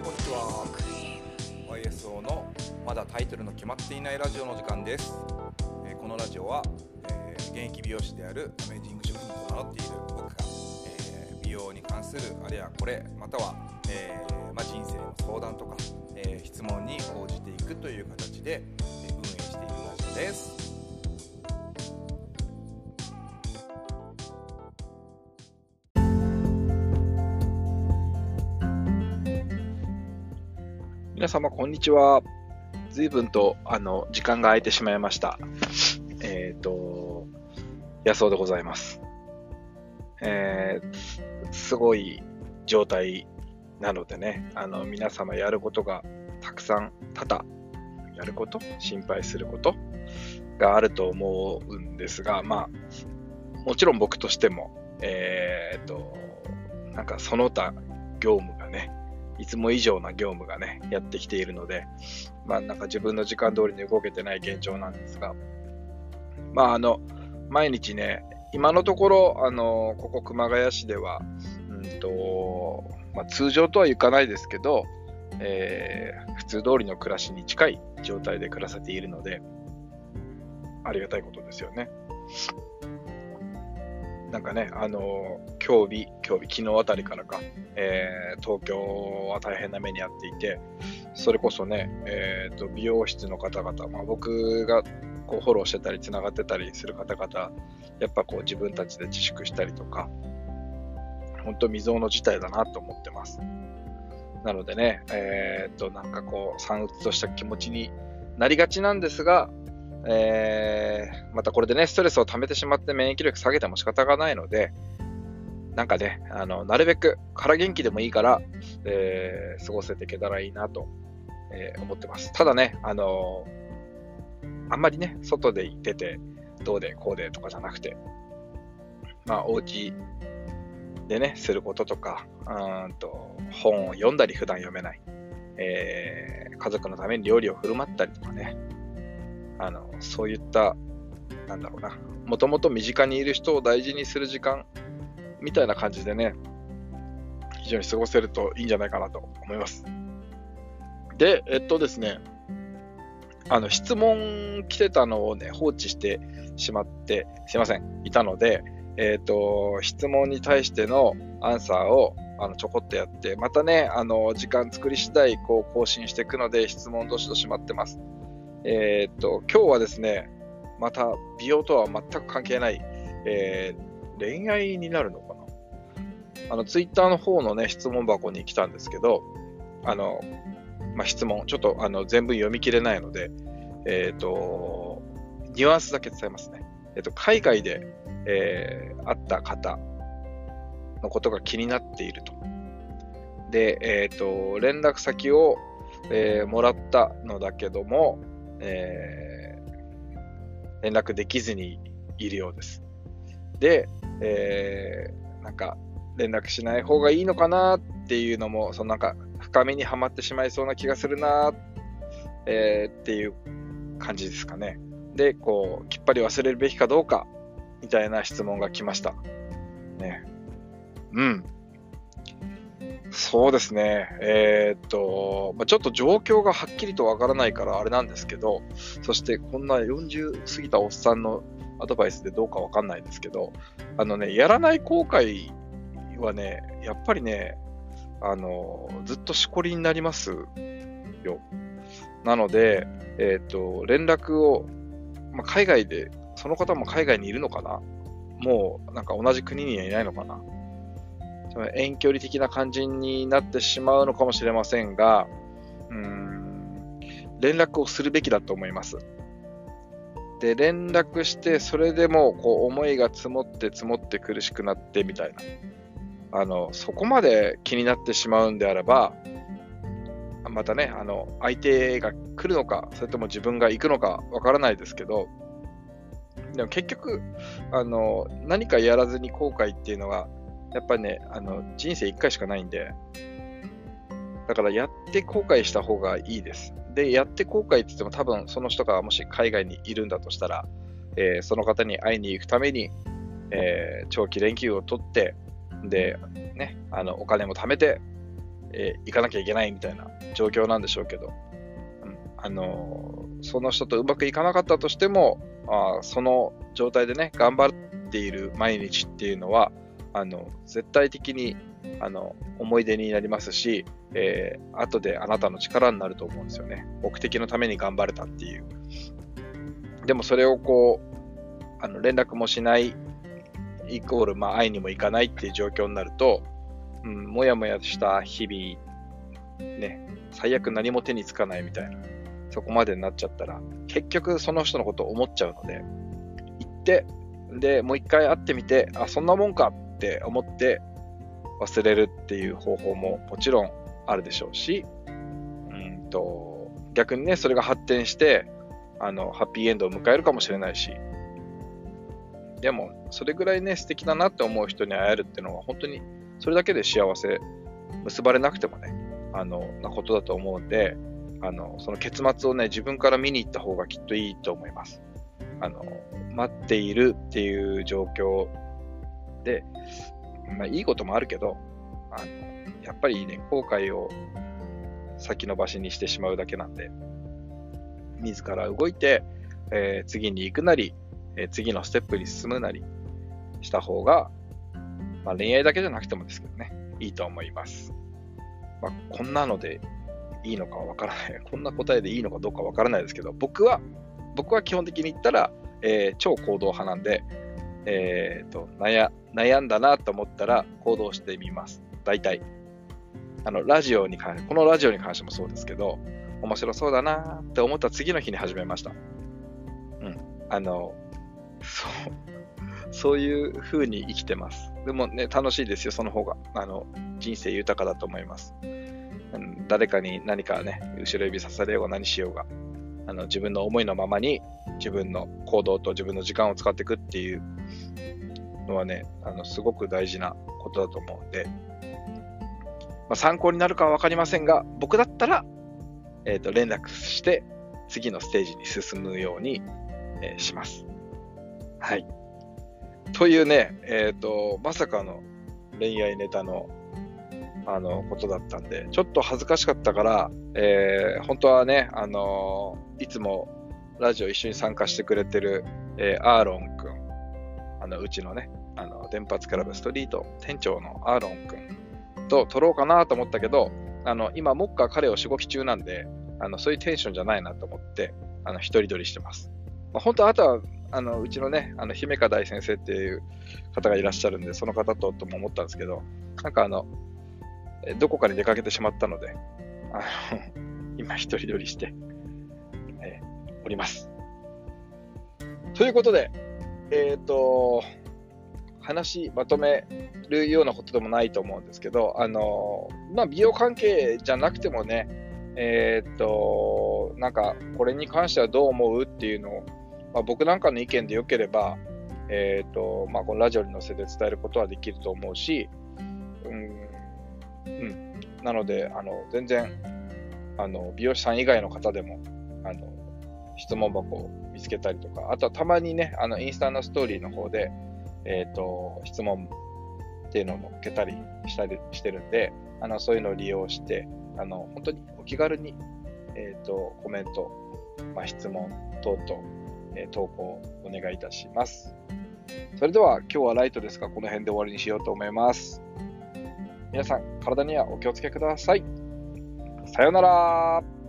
こんにちは。YSO のまだタイトルの決まっていないラジオの時間です。このラジオは、現役美容師であるアメージング職人と名乗っている僕が、美容に関するあれやこれまたは、人生の相談とか、質問に応じていくという形で、運営しているラジオです。 皆様こんにちは。随分と時間が空いてしまいました。安尾でございます。すごい状態なのでね、皆様やることがたくさん多々やること、心配することがあると思うんですが、もちろん僕としてもその他業務がね、いつも以上な業務がねやってきているので、自分の時間通りに動けてない現状なんですが、毎日ね、今のところここ熊谷市では通常とはいかないですけど、普通通りの暮らしに近い状態で暮らせているのでありがたいことですよね。昨日あたりからか、東京は大変な目に遭っていて、それこそね、美容室の方々、僕がフォローしてたりつながってたりする方々、やっぱ自分たちで自粛したりとか、本当未曾有の事態だなと思ってます。なのでね、散鬱とした気持ちになりがちなんですが、またこれでねストレスを溜めてしまって免疫力下げても仕方がないので、なるべく空元気でもいいから、過ごせていけたらいいなと、思ってます。ただね、あんまりね外で出てどうでこうでとかじゃなくて、お家でねすることとか、本を読んだり普段読めない、家族のために料理を振る舞ったりとかね、そういったもともと身近にいる人を大事にする時間みたいな感じでね、非常に過ごせるといいんじゃないかなと思います。で、ですね、質問来てたのをね放置してしまっていたので、質問に対してのアンサーをちょこっとやって、またね時間作り次第更新していくので、質問どしどし待ってます。今日はですね、また美容とは全く関係ない、恋愛になるのかな。ツイッターの方のね質問箱に来たんですけど、質問ちょっと全部読み切れないので、ニュアンスだけ伝えますね。海外で、会った方のことが気になっていると。で、連絡先を、もらったのだけども、連絡できずにいるようです。で、連絡しない方がいいのかなっていうのも、深みにはまってしまいそうな気がするな、っていう感じですかね。で、きっぱり忘れるべきかどうかみたいな質問が来ましたね。そうですね。ちょっと状況がはっきりとわからないからあれなんですけど、そしてこんな40過ぎたおっさんのアドバイスでどうかわかんないですけど、やらない後悔はね、やっぱりね、ずっとしこりになりますよ。なので、連絡を、海外で、その方も海外にいるのかな？もう同じ国にはいないのかな？遠距離的な感じになってしまうのかもしれませんが、連絡をするべきだと思います。で、連絡して、それでも思いが積もって苦しくなってみたいな、そこまで気になってしまうんであれば、またね相手が来るのか、それとも自分が行くのかわからないですけど、でも結局何かやらずに後悔っていうのはやっぱりね、人生1回しかないんで、だからやって後悔した方がいいです。で、やって後悔って言っても多分その人がもし海外にいるんだとしたら、その方に会いに行くために、長期連休を取って、で、ね、お金も貯めて、 いかなきゃいけないみたいな状況なんでしょうけど、その人とうまくいかなかったとしても、その状態でね、頑張っている毎日っていうのは、絶対的に思い出になりますし、後であなたの力になると思うんですよね。目的のために頑張れたっていう。でもそれを連絡もしないイコール、会いにも行かないっていう状況になると、もやもやした日々、ね、最悪何も手につかないみたいな、そこまでになっちゃったら、結局その人のことを思っちゃうので、行って、で、もう一回会ってみて、そんなもんかって思って忘れるっていう方法ももちろんあるでしょうし、逆にね、それが発展して、ハッピーエンドを迎えるかもしれないし、でも、それぐらいね、素敵だなって思う人に会えるっていうのは、本当にそれだけで幸せ、結ばれなくてもね、なことだと思うんで、その結末をね、自分から見に行った方がきっといいと思います。待っているっていう状況で、いいこともあるけど、やっぱりね、後悔を先延ばしにしてしまうだけなんで、自ら動いて、次に行くなり、次のステップに進むなりした方が、恋愛だけじゃなくてもですけどね、いいと思います。こんなのでいいのかわからない。こんな答えでいいのかどうかわからないですけど、僕は基本的に言ったら、超行動派なんで、悩んだなと思ったら行動してみます。大体。このラジオに関してもそうですけど、面白そうだなって思った次の日に始めました。そういう風に生きてます。でもね、楽しいですよ、その方が。人生豊かだと思います。誰かに何かね、後ろ指さされようが何しようが、自分の思いのままに自分の行動と自分の時間を使っていくっていうのはね、すごく大事なことだと思うんで、参考になるかは分かりませんが、僕だったら、連絡して次のステージに進むように、します。はい。というね、まさかの恋愛ネタのことだったんで、ちょっと恥ずかしかったから、本当はね、いつもラジオ一緒に参加してくれてる、アーロンくん、うちのね、電髪クラブストリート店長のアーロンくんと撮ろうかなと思ったけど、今、目下彼をしごき中なんで、そういうテンションじゃないなと思って、一人撮りしてます。本当はあとは、うちのね、姫香大先生っていう方がいらっしゃるんで、その方とも思ったんですけど、なんかどこかに出かけてしまったので、今一人撮りして、おります。ということで、話まとめるようなことでもないと思うんですけど、美容関係じゃなくてもね、なんかこれに関してはどう思うっていうのを、僕なんかの意見でよければ、このラジオに載せて伝えることはできると思うし、なので全然美容師さん以外の方でも質問箱を見つけたりとか、あとはたまにねインスタのストーリーの方で質問っていうのを載っけたりしてるんで、そういうのを利用して本当にお気軽にコメント、質問等々、投稿お願いいたします。それでは今日はライトですが、この辺で終わりにしようと思います。皆さん、体にはお気をつけください。さようなら。